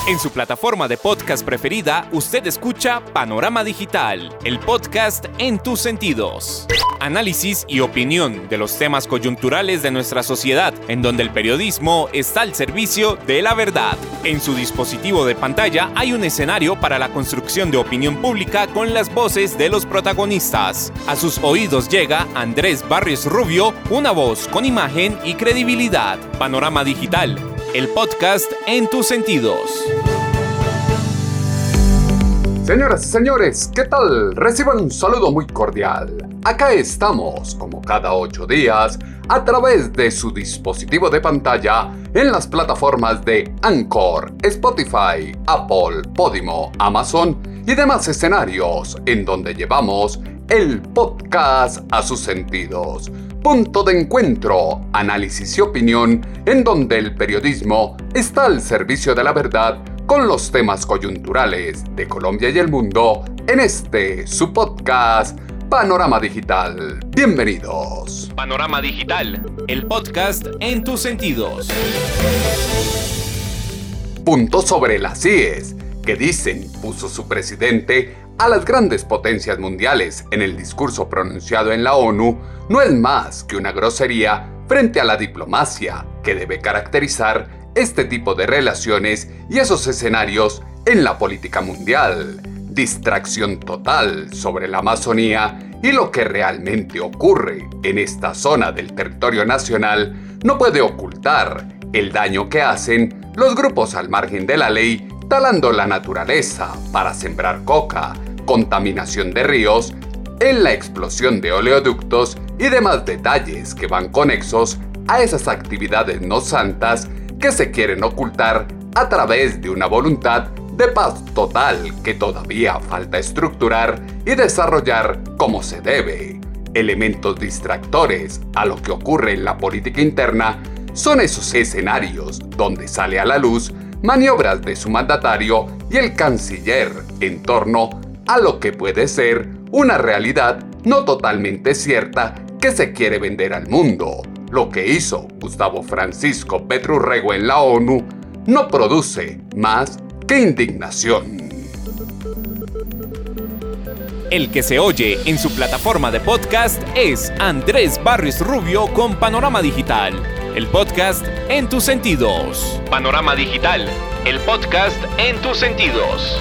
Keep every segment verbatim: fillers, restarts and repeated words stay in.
En su plataforma de podcast preferida, usted escucha Panorama Digital, el podcast en tus sentidos. Análisis y opinión de los temas coyunturales de nuestra sociedad, en donde el periodismo está al servicio de la verdad. En su dispositivo de pantalla hay un escenario para la construcción de opinión pública con las voces de los protagonistas. A sus oídos llega Andrés Barrios Rubio, una voz con imagen y credibilidad. Panorama Digital, el podcast en tus sentidos. Señoras y señores, ¿qué tal? Reciban un saludo muy cordial. Acá estamos, como cada ocho días, a través de su dispositivo de pantalla en las plataformas de Anchor, Spotify, Apple, Podimo, Amazon y demás escenarios en donde llevamos el podcast a sus sentidos. Punto de encuentro, análisis y opinión en donde el periodismo está al servicio de la verdad con los temas coyunturales de Colombia y el mundo en este, su podcast, Panorama Digital. Bienvenidos. Panorama Digital, el podcast en tus sentidos. Punto sobre las I E S, que dicen puso su presidente a las grandes potencias mundiales en el discurso pronunciado en la ONU, no es más que una grosería frente a la diplomacia que debe caracterizar este tipo de relaciones y esos escenarios en la política mundial. Distracción total sobre la Amazonía y lo que realmente ocurre en esta zona del territorio nacional no puede ocultar el daño que hacen los grupos al margen de la ley, talando la naturaleza para sembrar coca, contaminación de ríos, en la explosión de oleoductos y demás detalles que van conexos a esas actividades no santas que se quieren ocultar a través de una voluntad de paz total que todavía falta estructurar y desarrollar como se debe. Elementos distractores a lo que ocurre en la política interna son esos escenarios donde sale a la luz maniobras de su mandatario y el canciller en torno a lo que puede ser una realidad no totalmente cierta que se quiere vender al mundo. Lo que hizo Gustavo Francisco Petro Urrego en la ONU no produce más que indignación. El que se oye en su plataforma de podcast es Andrés Barrios Rubio con Panorama Digital, el podcast en tus sentidos. Panorama Digital, el podcast en tus sentidos.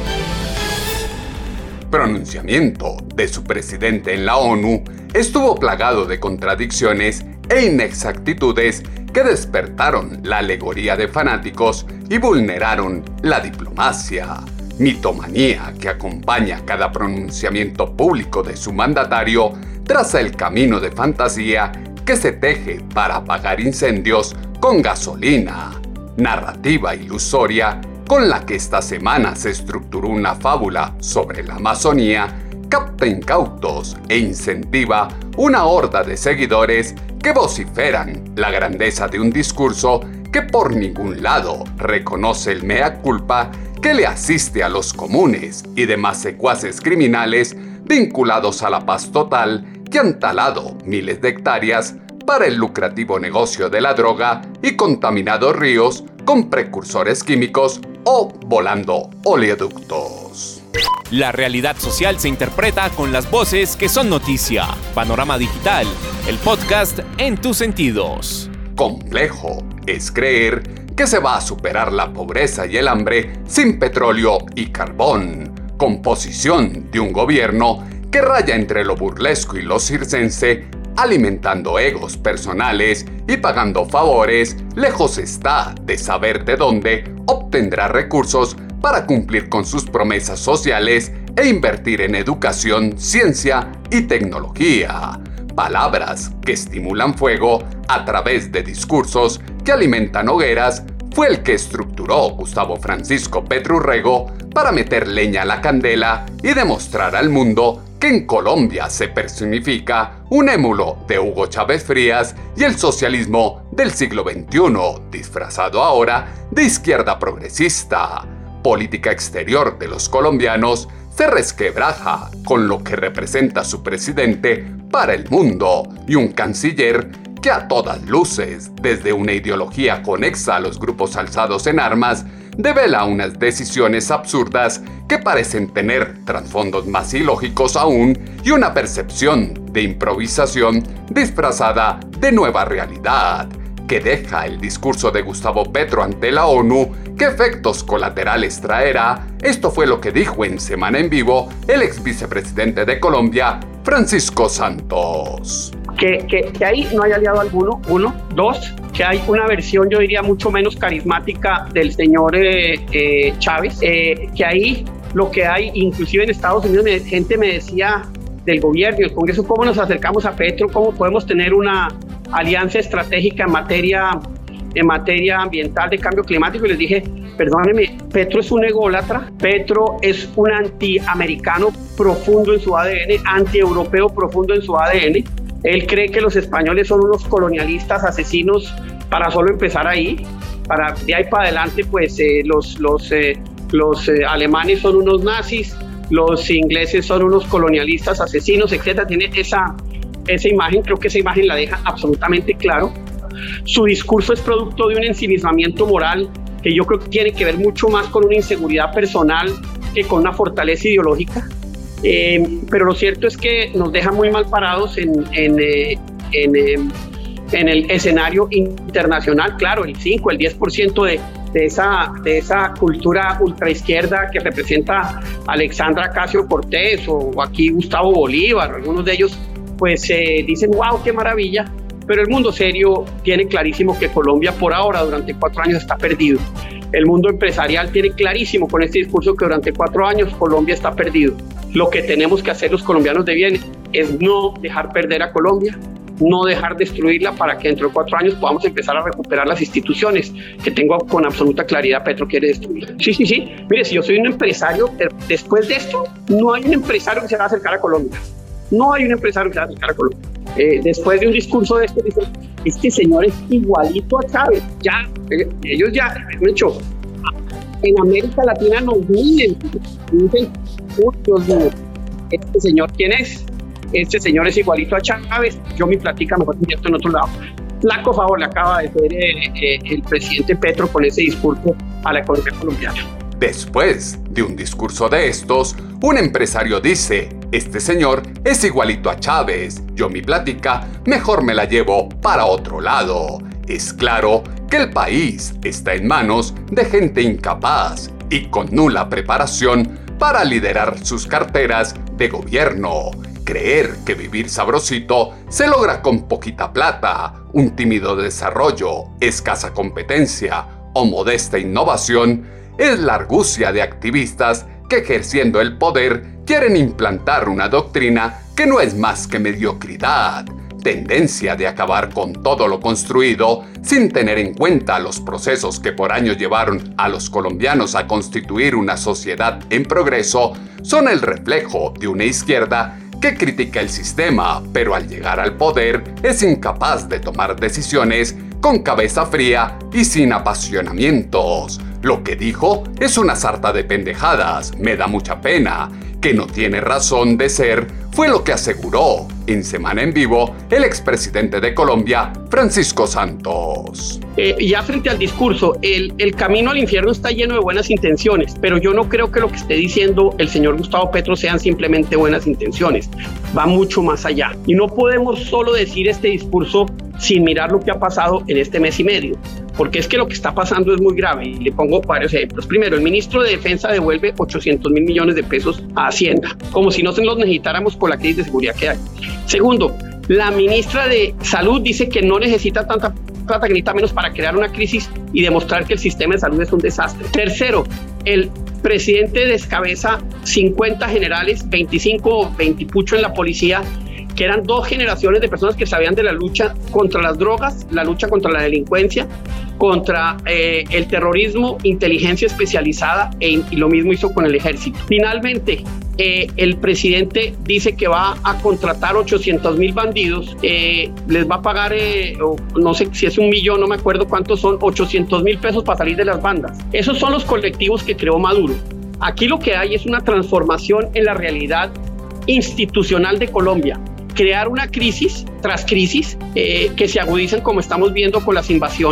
Pronunciamiento de su presidente en la ONU estuvo plagado de contradicciones e inexactitudes que despertaron la alegoría de fanáticos y vulneraron la diplomacia. Mitomanía que acompaña cada pronunciamiento público de su mandatario traza el camino de fantasía que se teje para apagar incendios con gasolina. Narrativa ilusoria con la que esta semana se estructuró una fábula sobre la Amazonía, capta incautos e incentiva una horda de seguidores que vociferan la grandeza de un discurso que por ningún lado reconoce el mea culpa que le asiste a los comunes y demás secuaces criminales vinculados a la paz total que han talado miles de hectáreas para el lucrativo negocio de la droga y contaminados ríos con precursores químicos o volando oleoductos. La realidad social se interpreta con las voces que son noticia. Panorama Digital, el podcast en tus sentidos. Complejo es creer que se va a superar la pobreza y el hambre sin petróleo y carbón. Composición de un gobierno que raya entre lo burlesco y lo circense, alimentando egos personales y pagando favores, lejos está de saber de dónde obtendrá recursos para cumplir con sus promesas sociales e invertir en educación, ciencia y tecnología. Palabras que estimulan fuego a través de discursos que alimentan hogueras fue el que estructuró Gustavo Francisco Petro Urrego para meter leña a la candela y demostrar al mundo que en Colombia se personifica un émulo de Hugo Chávez Frías y el socialismo del siglo veintiuno, disfrazado ahora de izquierda progresista. Política exterior de los colombianos se resquebraja con lo que representa su presidente para el mundo y un canciller que a todas luces, desde una ideología conexa a los grupos alzados en armas, devela unas decisiones absurdas que parecen tener trasfondos más ilógicos aún y una percepción de improvisación disfrazada de nueva realidad, que deja el discurso de Gustavo Petro ante la ONU. ¿Qué efectos colaterales traerá? Esto fue lo que dijo en Semana en Vivo el ex vicepresidente de Colombia, Francisco Santos. Que, que, que ahí no hay aliado alguno, uno. Dos, que hay una versión, yo diría, mucho menos carismática del señor eh, eh, Chávez, eh, que ahí lo que hay, inclusive en Estados Unidos, me, gente me decía del gobierno y el Congreso, cómo nos acercamos a Petro, cómo podemos tener una alianza estratégica en materia, en materia ambiental de cambio climático, y les dije, perdónenme, Petro es un ególatra, Petro es un antiamericano profundo en su A D N, antieuropeo profundo en su A D N. Él cree que los españoles son unos colonialistas asesinos, para solo empezar ahí, para de ahí para adelante pues eh, los, los, eh, los eh, alemanes son unos nazis, los ingleses son unos colonialistas asesinos, etcétera. Tiene esa, esa imagen, creo que esa imagen la deja absolutamente claro. Su discurso es producto de un ensimismamiento moral que yo creo que tiene que ver mucho más con una inseguridad personal que con una fortaleza ideológica. Eh, pero lo cierto es que nos deja muy mal parados en, en, eh, en, eh, en el escenario internacional. Claro, el cinco, el diez por ciento de, de, esa, de esa cultura ultraizquierda que representa Alexandra Ocasio-Cortez o aquí Gustavo Bolívar, algunos de ellos pues eh, dicen wow, qué maravilla, pero el mundo serio tiene clarísimo que Colombia por ahora durante cuatro años está perdido. El mundo empresarial tiene clarísimo con este discurso que durante cuatro años Colombia está perdido. Lo que tenemos que hacer los colombianos de bien es no dejar perder a Colombia, no dejar destruirla para que dentro de cuatro años podamos empezar a recuperar las instituciones que tengo con absoluta claridad Petro quiere destruir. Sí, sí, sí. Mire, si yo soy un empresario, después de esto no hay un empresario que se va a acercar a Colombia. No hay un empresario que se va a acercar a Colombia. Eh, después de un discurso de este, dicen, este señor es igualito a Chávez. Ya, eh, ellos ya, de hecho, en América Latina nos miden. Dicen, oh, Dios mío, este señor, ¿quién es? Este señor es igualito a Chávez. Yo mi platica mejor invierto en otro lado. Flaco favor le acaba de hacer eh, eh, el presidente Petro con ese discurso a la economía colombiana. Después de un discurso de estos, un empresario dice, este señor es igualito a Chávez, yo mi plática mejor me la llevo para otro lado. Es claro que el país está en manos de gente incapaz y con nula preparación para liderar sus carteras de gobierno. Creer que vivir sabrosito se logra con poquita plata, un tímido desarrollo, escasa competencia o modesta innovación es la argucia de activistas que ejerciendo el poder quieren implantar una doctrina que no es más que mediocridad, tendencia de acabar con todo lo construido sin tener en cuenta los procesos que por años llevaron a los colombianos a constituir una sociedad en progreso, son el reflejo de una izquierda que critica el sistema, pero al llegar al poder es incapaz de tomar decisiones con cabeza fría y sin apasionamientos. Lo que dijo es una sarta de pendejadas, me da mucha pena. Que no tiene razón de ser, fue lo que aseguró en Semana en Vivo el expresidente de Colombia, Francisco Santos. Eh, ya frente al discurso, el, el camino al infierno está lleno de buenas intenciones, pero yo no creo que lo que esté diciendo el señor Gustavo Petro sean simplemente buenas intenciones, va mucho más allá. Y no podemos solo decir este discurso sin mirar lo que ha pasado en este mes y medio, porque es que lo que está pasando es muy grave y le pongo varios ejemplos. Primero, el ministro de Defensa devuelve ochocientos mil millones de pesos a Hacienda, como si no se los necesitáramos por la crisis de seguridad que hay. Segundo, la ministra de Salud dice que no necesita tanta plata, que necesita menos para crear una crisis y demostrar que el sistema de salud es un desastre. Tercero, el presidente descabeza cincuenta generales, veinticinco o veinte pucho en la policía, que eran dos generaciones de personas que sabían de la lucha contra las drogas, la lucha contra la delincuencia, contra eh, el terrorismo, inteligencia especializada, e, y lo mismo hizo con el ejército. Finalmente, eh, el presidente dice que va a contratar ochocientos mil bandidos, eh, les va a pagar, eh, o no sé si es un millón, no me acuerdo cuántos son, ochocientos mil pesos para salir de las bandas. Esos son los colectivos que creó Maduro. Aquí lo que hay es una transformación en la realidad institucional de Colombia. Crear una crisis tras crisis eh, que se agudizan como estamos viendo con las invasiones,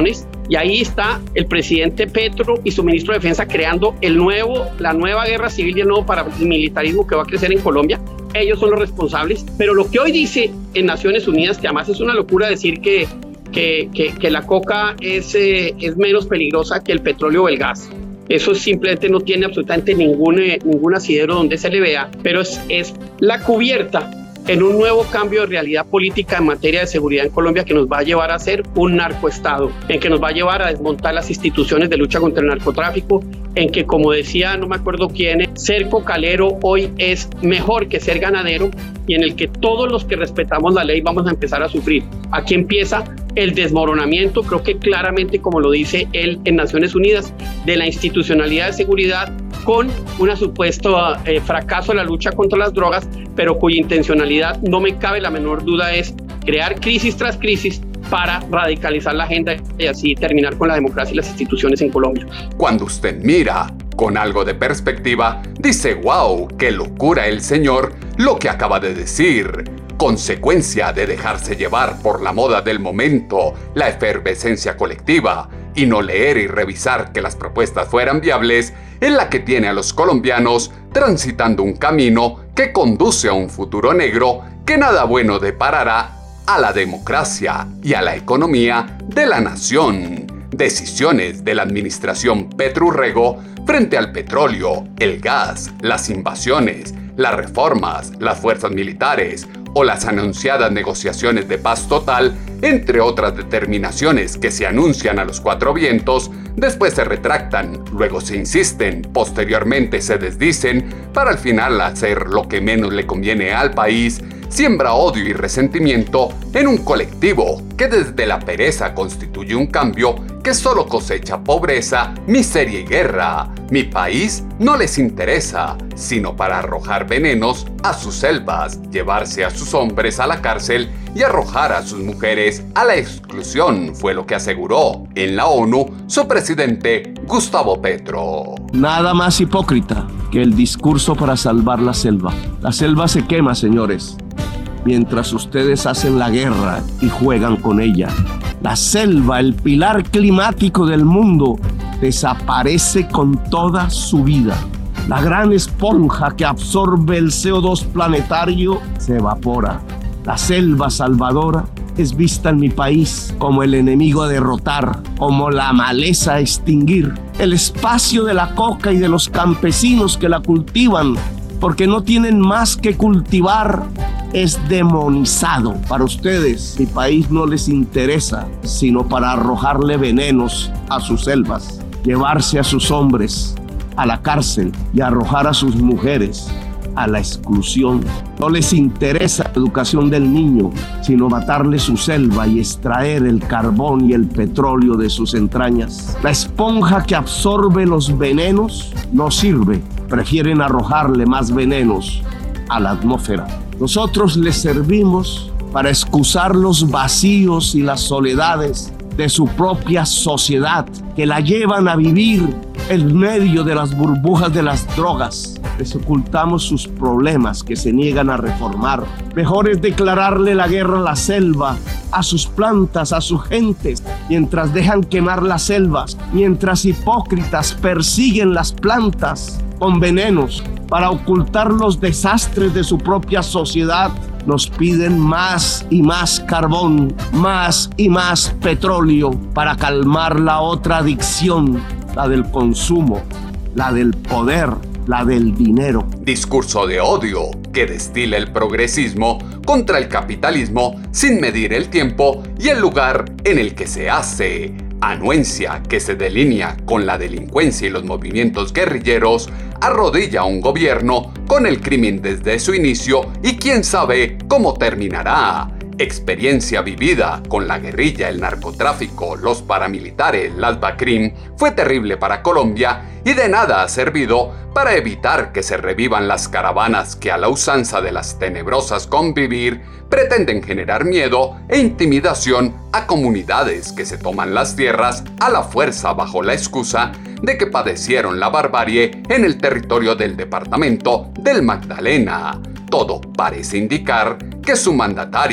Y ahí está el presidente Petro y su ministro de Defensa creando el nuevo, la nueva guerra civil y el nuevo paramilitarismo que va a crecer en Colombia. Ellos son los responsables. Pero lo que hoy dice en Naciones Unidas, que además es una locura decir que, que, que, que la coca es, eh, es menos peligrosa que el petróleo o el gas. Eso simplemente no tiene absolutamente ningún, eh, ningún asidero donde se le vea, pero es, es la cubierta en un nuevo cambio de realidad política en materia de seguridad en Colombia que nos va a llevar a ser un narcoestado, en que nos va a llevar a desmontar las instituciones de lucha contra el narcotráfico, en que, como decía, no me acuerdo quién, ser cocalero hoy es mejor que ser ganadero, y en el que todos los que respetamos la ley vamos a empezar a sufrir. Aquí empieza el desmoronamiento, creo que claramente, como lo dice él en Naciones Unidas, de la institucionalidad de seguridad, con un supuesto eh, fracaso en la lucha contra las drogas, pero cuya intencionalidad, no me cabe la menor duda, es crear crisis tras crisis para radicalizar la agenda y así terminar con la democracia y las instituciones en Colombia. Cuando usted mira con algo de perspectiva, dice, wow, qué locura el señor lo que acaba de decir. Consecuencia de dejarse llevar por la moda del momento, la efervescencia colectiva, y no leer y revisar que las propuestas fueran viables, es la que tiene a los colombianos transitando un camino que conduce a un futuro negro que nada bueno deparará a la democracia y a la economía de la nación. Decisiones de la administración Petro-Urrego frente al petróleo, el gas, las invasiones, las reformas, las fuerzas militares o las anunciadas negociaciones de paz total, entre otras determinaciones que se anuncian a los cuatro vientos, después se retractan, luego se insisten, posteriormente se desdicen, para al final hacer lo que menos le conviene al país, siembra odio y resentimiento en un colectivo que desde la pereza constituye un cambio que solo cosecha pobreza, miseria y guerra. Mi país no les interesa, sino para arrojar venenos a sus selvas, llevarse a sus hombres a la cárcel y arrojar a sus mujeres a la exclusión, fue lo que aseguró en la ONU su presidente Gustavo Petro. Nada más hipócrita que el discurso para salvar la selva. La selva se quema, señores, mientras ustedes hacen la guerra y juegan con ella. La selva, el pilar climático del mundo, desaparece con toda su vida. La gran esponja que absorbe el C O dos planetario se evapora. La selva salvadora es vista en mi país como el enemigo a derrotar, como la maleza a extinguir. El espacio de la coca y de los campesinos que la cultivan, porque no tienen más que cultivar, es demonizado. Para ustedes, mi país no les interesa, sino para arrojarle venenos a sus selvas, llevarse a sus hombres a la cárcel y arrojar a sus mujeres a la exclusión. No les interesa la educación del niño, sino matarle su selva y extraer el carbón y el petróleo de sus entrañas. La esponja que absorbe los venenos no sirve. Prefieren arrojarle más venenos a la atmósfera. Nosotros les servimos para excusar los vacíos y las soledades de su propia sociedad, que la llevan a vivir en medio de las burbujas de las drogas. Les ocultamos sus problemas que se niegan a reformar. Mejor es declararle la guerra a la selva, a sus plantas, a sus gentes, mientras dejan quemar las selvas, mientras hipócritas persiguen las plantas con venenos para ocultar los desastres de su propia sociedad. Nos piden más y más carbón, más y más petróleo para calmar la otra adicción, la del consumo, la del poder, la del dinero. Discurso de odio que destila el progresismo contra el capitalismo sin medir el tiempo y el lugar en el que se hace. Anuencia que se delinea con la delincuencia y los movimientos guerrilleros, arrodilla a un gobierno con el crimen desde su inicio y quién sabe cómo terminará. Experiencia vivida con la guerrilla, el narcotráfico, los paramilitares, las BACRIM, fue terrible para Colombia y de nada ha servido para evitar que se revivan las caravanas que a la usanza de las tenebrosas convivir pretenden generar miedo e intimidación a comunidades que se toman las tierras a la fuerza bajo la excusa de que padecieron la barbarie en el territorio del departamento del Magdalena. Todo parece indicar que su mandatario,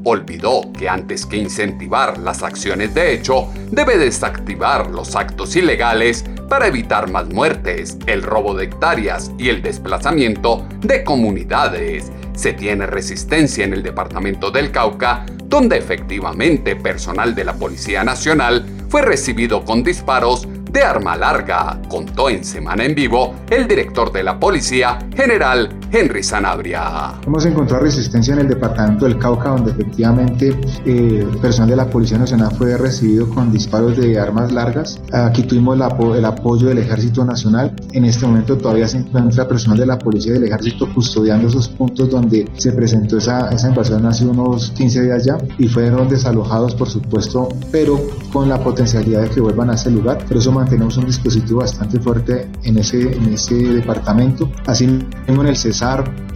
olvidó que antes que incentivar las acciones de hecho, debe desactivar los actos ilegales para evitar más muertes, el robo de hectáreas y el desplazamiento de comunidades. Se tiene resistencia en el departamento del Cauca, donde efectivamente personal de la Policía Nacional fue recibido con disparos de arma larga, contó en Semana en Vivo el director de la Policía, general Henry Sanabria. Hemos encontrado resistencia en el departamento del Cauca, donde efectivamente eh, personal de la Policía Nacional fue recibido con disparos de armas largas. Aquí tuvimos el, apo el apoyo del Ejército Nacional. En este momento todavía se encuentra personal de la Policía y del Ejército custodiando esos puntos donde se presentó esa, esa invasión hace unos quince días ya, y fueron desalojados, por supuesto, pero con la potencialidad de que vuelvan a ese lugar. Por eso mantenemos un dispositivo bastante fuerte en ese, en ese departamento. Así mismo en el Cesar,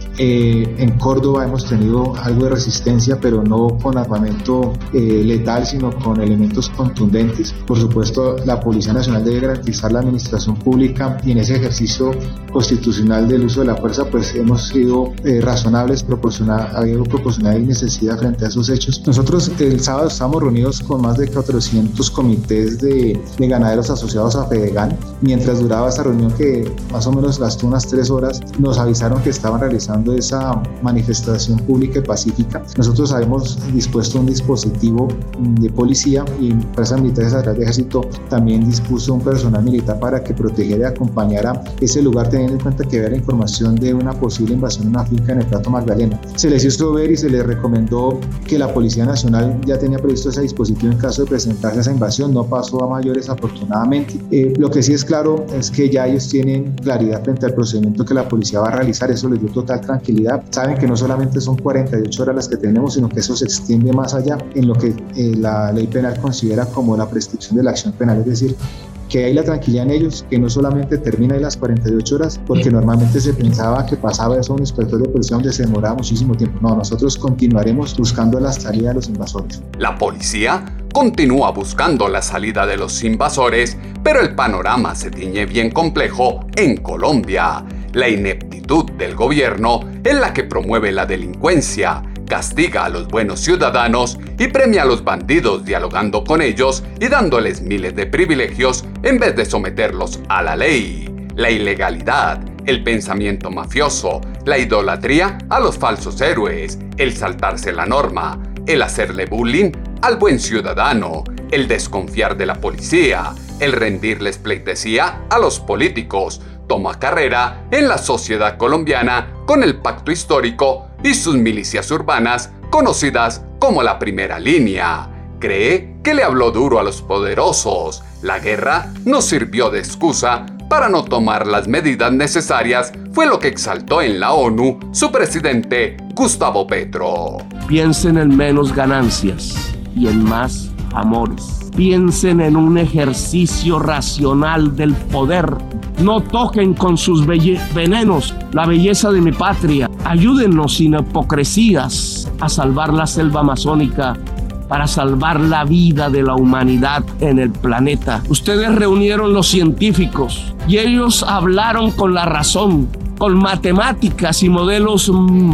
eh, en Córdoba hemos tenido algo de resistencia, pero no con armamento eh, letal, sino con elementos contundentes. Por supuesto, la Policía Nacional debe garantizar la administración pública, y en ese ejercicio constitucional del uso de la fuerza, pues hemos sido eh, razonables, proporcionar, ha habido proporcional y necesidad frente a esos hechos. Nosotros el sábado estamos reunidos con más de cuatrocientos comités de, de ganaderos asociados a Fedegan. Mientras duraba esa reunión, que más o menos gastó unas tres horas, nos avisaron que estaban realizando esa manifestación pública y pacífica. Nosotros habíamos dispuesto un dispositivo de policía, y Fuerzas Militares a través de Ejército también dispuso un personal militar para que protegiera y acompañara ese lugar, teniendo en cuenta que había la información de una posible invasión en una finca en el Plato Magdalena. Se les hizo ver y se les recomendó que la Policía Nacional ya tenía previsto ese dispositivo en caso de presentarse esa invasión. No pasó a mayores, afortunadamente. Eh, lo que sí es claro es que ya ellos tienen claridad frente al procedimiento que la policía va a realizar. Eso les dio total tranquilidad. Saben que no solamente son cuarenta y ocho horas las que tenemos, sino que eso se extiende más allá en lo que eh, la ley penal considera como la prescripción de la acción penal. Es decir, que hay la tranquilidad en ellos, que no solamente termina en las cuarenta y ocho horas, porque normalmente se pensaba que pasaba eso a un inspector de policía donde se demoraba muchísimo tiempo. No, nosotros continuaremos buscando la salida de los invasores. La policía continúa buscando la salida de los invasores, pero el panorama se tiñe bien complejo en Colombia. La ineptitud del gobierno es la que promueve la delincuencia, castiga a los buenos ciudadanos y premia a los bandidos dialogando con ellos y dándoles miles de privilegios en vez de someterlos a la ley. La ilegalidad, el pensamiento mafioso, la idolatría a los falsos héroes, el saltarse la norma, el hacerle bullying al buen ciudadano, el desconfiar de la policía, el rendirles pleitesía a los políticos, toma carrera en la sociedad colombiana con el pacto histórico y sus milicias urbanas conocidas como la primera línea. Cree que le habló duro a los poderosos. La guerra no sirvió de excusa para no tomar las medidas necesarias, fue lo que exaltó en la ONU su presidente Gustavo Petro. Piensen en menos ganancias y en más amores. Piensen en un ejercicio racional del poder. No toquen con sus venenos la belleza de mi patria. Ayúdennos sin hipocresías a salvar la selva amazónica, para salvar la vida de la humanidad en el planeta. Ustedes reunieron los científicos y ellos hablaron con la razón, con matemáticas y modelos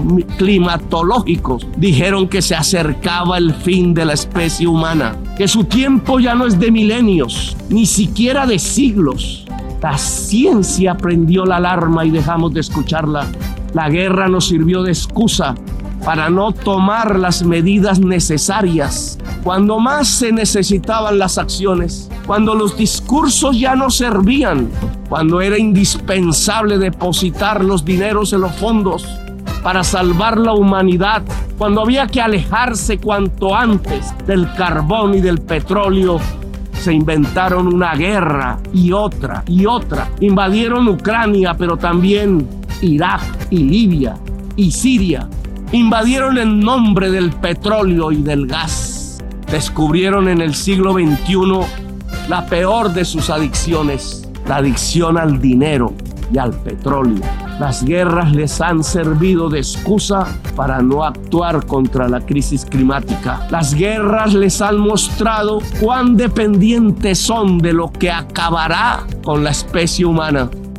climatológicos. Dijeron que se acercaba el fin de la especie humana, que su tiempo ya no es de milenios, ni siquiera de siglos. La ciencia prendió la alarma y dejamos de escucharla. La guerra nos sirvió de excusa para no tomar las medidas necesarias cuando más se necesitaban las acciones, cuando los discursos ya no servían, cuando era indispensable depositar los dineros en los fondos para salvar la humanidad, cuando había que alejarse cuanto antes del carbón y del petróleo. Se inventaron una guerra y otra y otra. Invadieron Ucrania, pero también Irak y Libia y Siria. Invadieron en nombre del petróleo y del gas. Descubrieron en el siglo veintiuno la peor de sus adicciones, la adicción al dinero y al petróleo. Las guerras les han servido de excusa para no actuar contra la crisis climática. Las guerras les han mostrado cuán dependientes son de lo que acabará con la especie humana.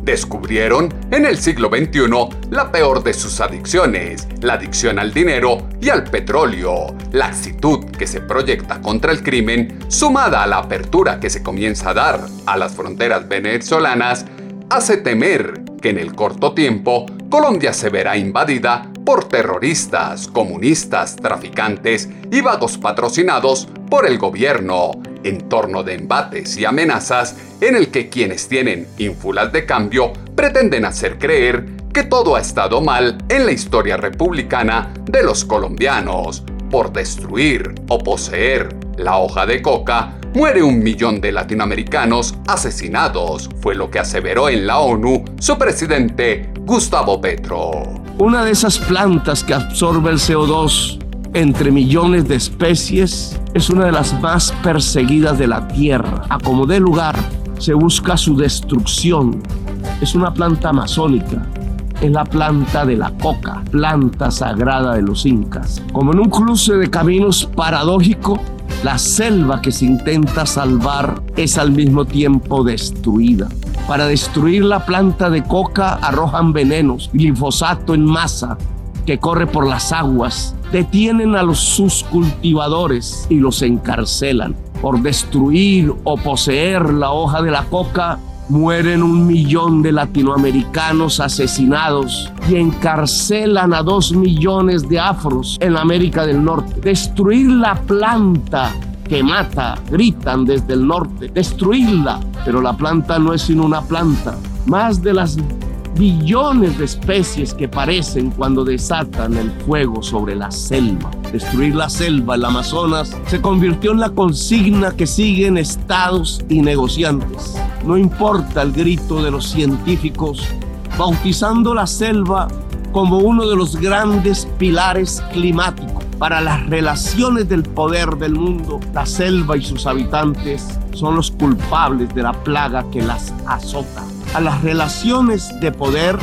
descubrieron en el siglo veintiuno la peor de sus adicciones, la adicción al dinero y al petróleo. La actitud que se proyecta contra el crimen, sumada a la apertura que se comienza a dar a las fronteras venezolanas, hace temer que en el corto tiempo Colombia se verá invadida por terroristas, comunistas, traficantes y vagos patrocinados por el gobierno, entorno de embates y amenazas en el que quienes tienen ínfulas de cambio pretenden hacer creer que todo ha estado mal en la historia republicana de los colombianos. Por destruir o poseer la hoja de coca, muere un millón de latinoamericanos asesinados, fue lo que aseveró en la ONU su presidente Gustavo Petro. Una de esas plantas que absorbe el C O dos entre millones de especies es una de las más perseguidas de la tierra. A como dé lugar, se busca su destrucción. Es una planta amazónica. Es la planta de la coca, planta sagrada de los incas. Como en un cruce de caminos paradójico, la selva que se intenta salvar es al mismo tiempo destruida. Para destruir la planta de coca arrojan venenos, glifosato en masa que corre por las aguas, detienen a los sus cultivadores y los encarcelan. Por destruir o poseer la hoja de la coca, mueren un millón de latinoamericanos asesinados y encarcelan a dos millones de afros en América del Norte. Destruir la planta que mata, gritan desde el norte, destruirla. Pero la planta no es sino una planta. Más de las billones de especies que parecen cuando desatan el fuego sobre la selva. Destruir la selva, el Amazonas, se convirtió en la consigna que siguen estados y negociantes. No importa el grito de los científicos, bautizando la selva como uno de los grandes pilares climáticos. Para las relaciones del poder del mundo, la selva y sus habitantes son los culpables de la plaga que las azota. A las relaciones de poder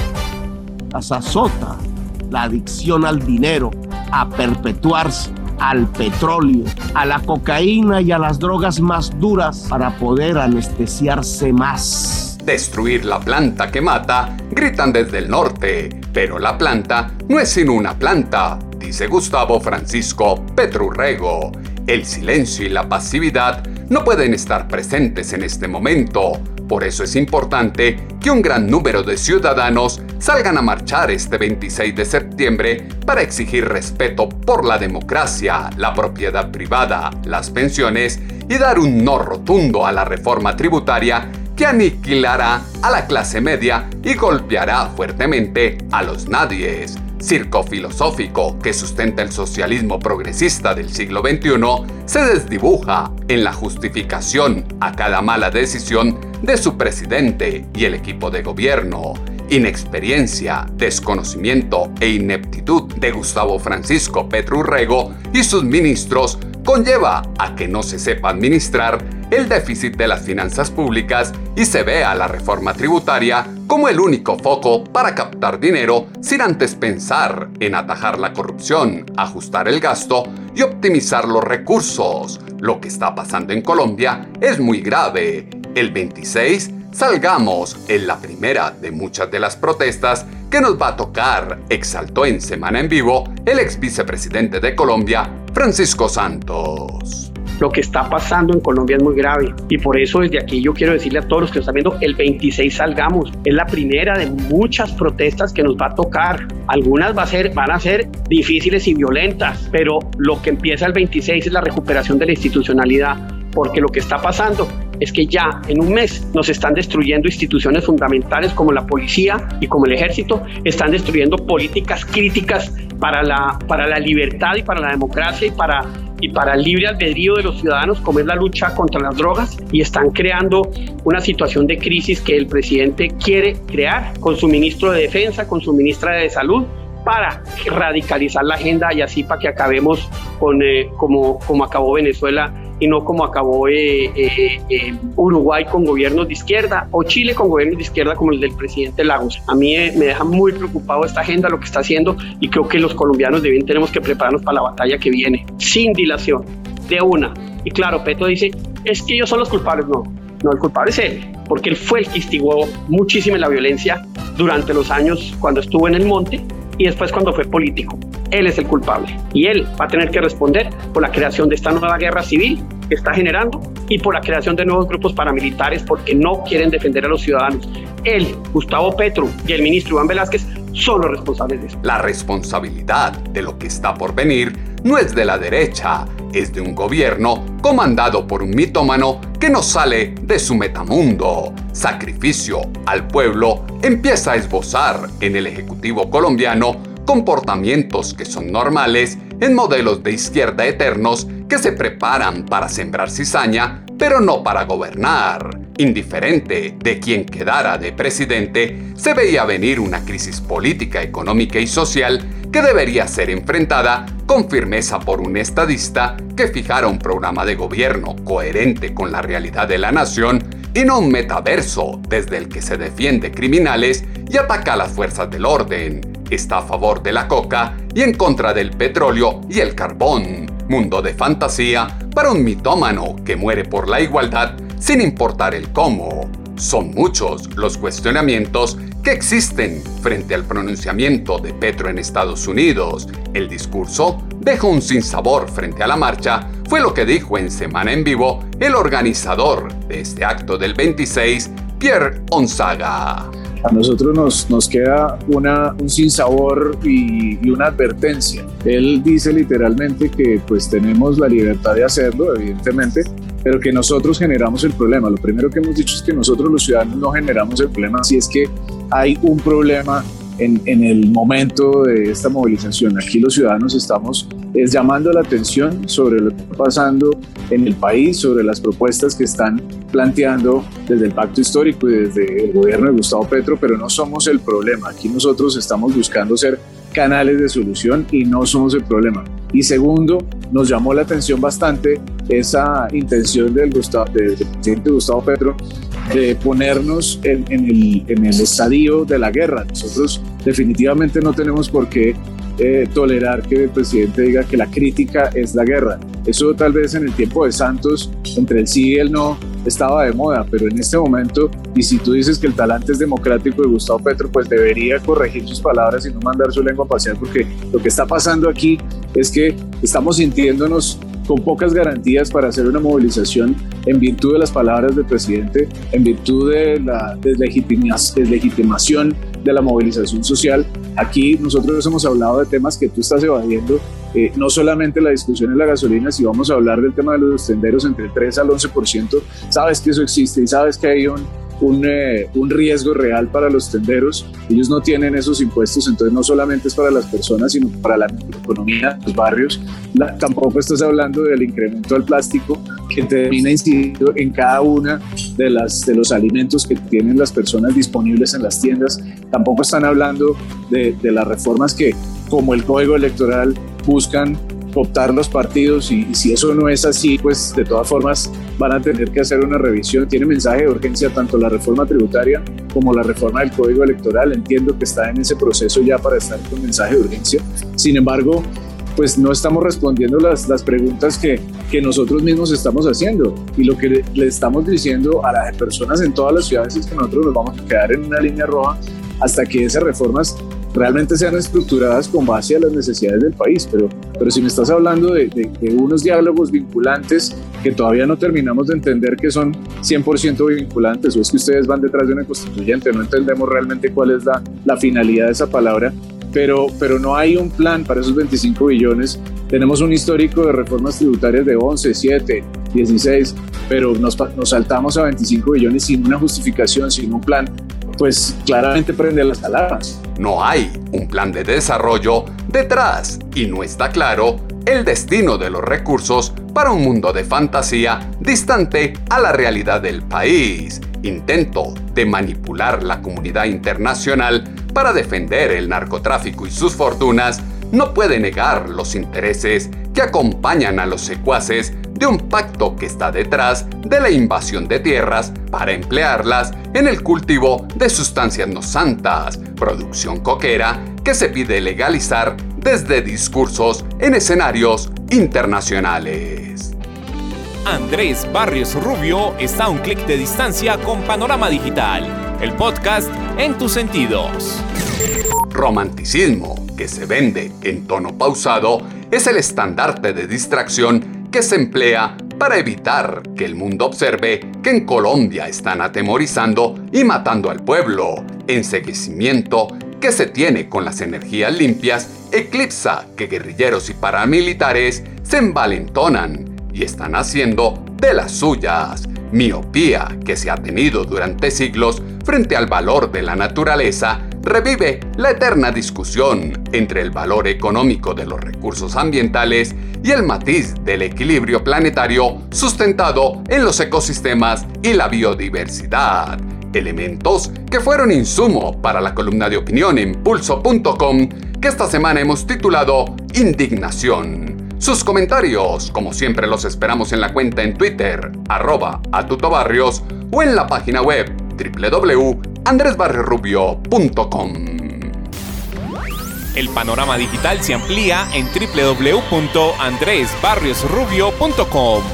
las azota la adicción al dinero, a perpetuarse, al petróleo, a la cocaína y a las drogas más duras para poder anestesiarse más. Destruir la planta que mata, gritan desde el norte, pero la planta no es sino una planta, dice Gustavo Francisco Petro Urrego. El silencio y la pasividad no pueden estar presentes en este momento. Por eso es importante que un gran número de ciudadanos salgan a marchar este veintiséis de septiembre para exigir respeto por la democracia, la propiedad privada, las pensiones y dar un no rotundo a la reforma tributaria que aniquilará a la clase media y golpeará fuertemente a los nadies. Circo filosófico que sustenta el socialismo progresista del siglo veintiuno se desdibuja en la justificación a cada mala decisión de su presidente y el equipo de gobierno. Inexperiencia, desconocimiento e ineptitud de Gustavo Francisco Petro Urrego y sus ministros conlleva a que no se sepa administrar el déficit de las finanzas públicas y se vea la reforma tributaria como el único foco para captar dinero sin antes pensar en atajar la corrupción, ajustar el gasto y optimizar los recursos. Lo que está pasando en Colombia es muy grave. El veintiséis salgamos en la primera de muchas de las protestas que nos va a tocar, exaltó en Semana en Vivo el ex vicepresidente de Colombia, Francisco Santos. Lo que está pasando en Colombia es muy grave y por eso desde aquí yo quiero decirle a todos los que nos están viendo, el veintiséis salgamos. Es la primera de muchas protestas que nos va a tocar. Algunas va a ser, van a ser difíciles y violentas, pero lo que empieza el veintiséis es la recuperación de la institucionalidad, porque lo que está pasando es que ya en un mes nos están destruyendo instituciones fundamentales como la policía y como el ejército, están destruyendo políticas críticas para la, para la libertad y para la democracia y para, y para el libre albedrío de los ciudadanos, como es la lucha contra las drogas, y están creando una situación de crisis que el presidente quiere crear con su ministro de Defensa, con su ministra de Salud, para radicalizar la agenda y así para que acabemos con eh, como, como acabó Venezuela y no como acabó eh, eh, eh, Uruguay con gobiernos de izquierda o Chile con gobiernos de izquierda como el del presidente Lagos. A mí eh, me deja muy preocupado esta agenda, lo que está haciendo, y creo que los colombianos deben, tenemos que prepararnos para la batalla que viene, sin dilación, de una. Y claro, Petro dice, es que ellos son los culpables. No, No, el culpable es él, porque él fue el que instigó muchísimo la violencia durante los años cuando estuvo en el monte y después cuando fue político. Él es el culpable y él va a tener que responder por la creación de esta nueva guerra civil que está generando y por la creación de nuevos grupos paramilitares porque no quieren defender a los ciudadanos. Él, Gustavo Petro y el ministro Iván Velázquez son los responsables de eso. La responsabilidad de lo que está por venir no es de la derecha, es de un gobierno comandado por un mitómano que no sale de su metamundo. Sacrificio al pueblo empieza a esbozar en el Ejecutivo colombiano comportamientos que son normales en modelos de izquierda eternos que se preparan para sembrar cizaña, pero no para gobernar. Indiferente de quien quedara de presidente, se veía venir una crisis política, económica y social que debería ser enfrentada con firmeza por un estadista que fijara un programa de gobierno coherente con la realidad de la nación y no un metaverso desde el que se defiende criminales y ataca a las fuerzas del orden. Está a favor de la coca y en contra del petróleo y el carbón. Mundo de fantasía para un mitómano que muere por la igualdad sin importar el cómo. Son muchos los cuestionamientos que existen frente al pronunciamiento de Petro en Estados Unidos. El discurso dejó un sinsabor frente a la marcha, fue lo que dijo en Semana en Vivo el organizador de este acto del veintiséis, Pierre Onzaga. A nosotros nos, nos queda una, un sinsabor y, y una advertencia. Él dice literalmente que pues tenemos la libertad de hacerlo, evidentemente, pero que nosotros generamos el problema. Lo primero que hemos dicho es que nosotros los ciudadanos no generamos el problema si es que hay un problema en, en el momento de esta movilización. Aquí los ciudadanos estamos es, llamando la atención sobre lo que está pasando en el país, sobre las propuestas que están planteando desde el Pacto Histórico y desde el gobierno de Gustavo Petro, pero no somos el problema. Aquí nosotros estamos buscando ser canales de solución y no somos el problema. Y segundo, nos llamó la atención bastante esa intención del, Gustavo, del presidente Gustavo Petro de ponernos en, en, el, en el estadio de la guerra. Nosotros definitivamente no tenemos por qué eh, tolerar que el presidente diga que la crítica es la guerra. Eso tal vez en el tiempo de Santos, entre el sí y el no, estaba de moda, pero en este momento, y si tú dices que el talante es democrático de Gustavo Petro, pues debería corregir sus palabras y no mandar su lengua a pasear, porque lo que está pasando aquí es que estamos sintiéndonos con pocas garantías para hacer una movilización en virtud de las palabras del presidente, en virtud de la deslegitimación de la movilización social. Aquí nosotros hemos hablado de temas que tú estás evadiendo, eh, no solamente la discusión en la gasolina, si vamos a hablar del tema de los tenderos entre el tres al once por ciento, sabes que eso existe y sabes que hay un Un, eh, un riesgo real para los tenderos. Ellos no tienen esos impuestos, entonces no solamente es para las personas, sino para la economía, los barrios. La, tampoco estás hablando del incremento del plástico que termina incidiendo en cada una de, las, de los alimentos que tienen las personas disponibles en las tiendas. Tampoco están hablando de, de las reformas que, como el Código Electoral, buscan cooptar los partidos y, y si eso no es así, pues de todas formas van a tener que hacer una revisión. Tiene mensaje de urgencia tanto la reforma tributaria como la reforma del Código Electoral. Entiendo que está en ese proceso ya para estar con mensaje de urgencia. Sin embargo, pues no estamos respondiendo las, las preguntas que, que nosotros mismos estamos haciendo, y lo que le, le estamos diciendo a las personas en todas las ciudades es que nosotros nos vamos a quedar en una línea roja hasta que esas reformas realmente sean estructuradas con base a las necesidades del país. Pero, pero si me estás hablando de, de, de unos diálogos vinculantes que todavía no terminamos de entender que son cien por ciento vinculantes, o es que ustedes van detrás de una constituyente, no entendemos realmente cuál es la, la finalidad de esa palabra, pero, pero no hay un plan para esos veinticinco billones. Tenemos un histórico de reformas tributarias de once, siete, dieciséis, pero nos, nos saltamos a veinticinco billones sin una justificación, sin un plan. Pues claramente prende las alarmas. No hay un plan de desarrollo detrás y no está claro el destino de los recursos para un mundo de fantasía distante a la realidad del país. Intento de manipular la comunidad internacional para defender el narcotráfico y sus fortunas no puede negar los intereses que acompañan a los secuaces de un pacto que está detrás de la invasión de tierras para emplearlas en el cultivo de sustancias no santas, producción coquera que se pide legalizar desde discursos en escenarios internacionales. Andrés Barrios Rubio está a un clic de distancia con Panorama Digital, el podcast en tus sentidos. Romanticismo que se vende en tono pausado es el estandarte de distracción que se emplea para evitar que el mundo observe que en Colombia están atemorizando y matando al pueblo. Enceguecimiento que se tiene con las energías limpias eclipsa que guerrilleros y paramilitares se envalentonan y están haciendo de las suyas. Miopía que se ha tenido durante siglos frente al valor de la naturaleza revive la eterna discusión entre el valor económico de los recursos ambientales y el matiz del equilibrio planetario sustentado en los ecosistemas y la biodiversidad. Elementos que fueron insumo para la columna de opinión en pulso punto com que esta semana hemos titulado Indignación. Sus comentarios, como siempre, los esperamos en la cuenta en Twitter, arroba atutobarrios, o en la página web doble u doble u doble u punto andrés barrios rubio punto com. El panorama digital se amplía en doble u doble u doble u punto andrés barrios rubio punto com.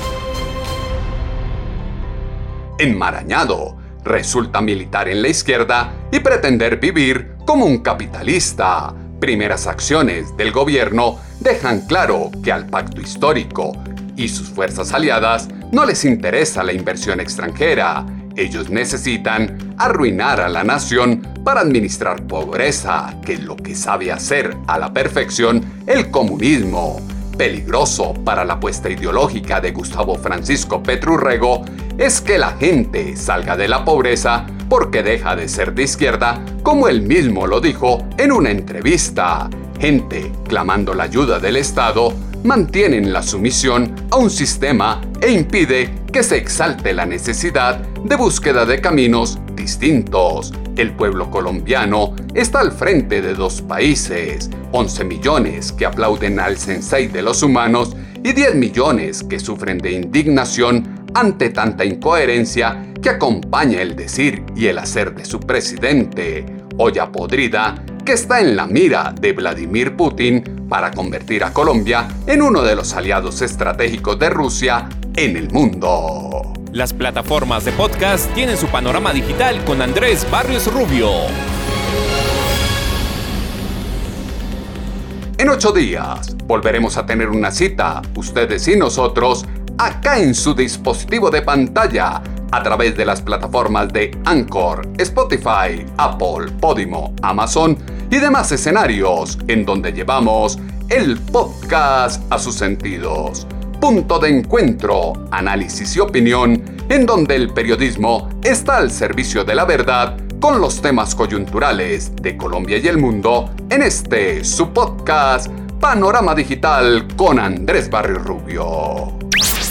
Enmarañado, resulta militar en la izquierda y pretender vivir como un capitalista. Primeras acciones del gobierno dejan claro que al pacto histórico y sus fuerzas aliadas no les interesa la inversión extranjera. Ellos necesitan arruinar a la nación para administrar pobreza, que es lo que sabe hacer a la perfección el comunismo. Peligroso para la apuesta ideológica de Gustavo Francisco Petrurrego es que la gente salga de la pobreza porque deja de ser de izquierda, como él mismo lo dijo en una entrevista. Gente clamando la ayuda del Estado mantienen la sumisión a un sistema e impide que se exalte la necesidad de búsqueda de caminos distintos. El pueblo colombiano está al frente de dos países, once millones que aplauden al sensei de los humanos y diez millones que sufren de indignación ante tanta incoherencia que acompaña el decir y el hacer de su presidente. Olla podrida que está en la mira de Vladimir Putin para convertir a Colombia en uno de los aliados estratégicos de Rusia en el mundo. Las plataformas de podcast tienen su panorama digital con Andrés Barrios Rubio. En ocho días volveremos a tener una cita, ustedes y nosotros, acá en su dispositivo de pantalla, a través de las plataformas de Anchor, Spotify, Apple, Podimo, Amazon y demás escenarios en donde llevamos el podcast a sus sentidos. Punto de encuentro, análisis y opinión, en donde el periodismo está al servicio de la verdad con los temas coyunturales de Colombia y el mundo en este su podcast Panorama Digital con Andrés Barrios Rubio.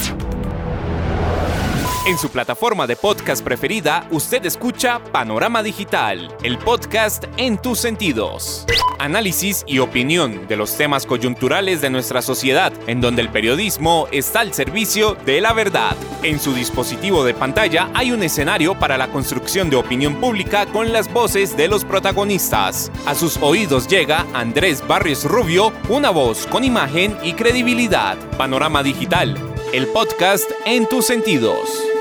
En su plataforma de podcast preferida, usted escucha Panorama Digital, el podcast en tus sentidos. Análisis y opinión de los temas coyunturales de nuestra sociedad, en donde el periodismo está al servicio de la verdad. En su dispositivo de pantalla hay un escenario para la construcción de opinión pública con las voces de los protagonistas. A sus oídos llega Andrés Barrios Rubio, una voz con imagen y credibilidad. Panorama Digital, el podcast en tus sentidos.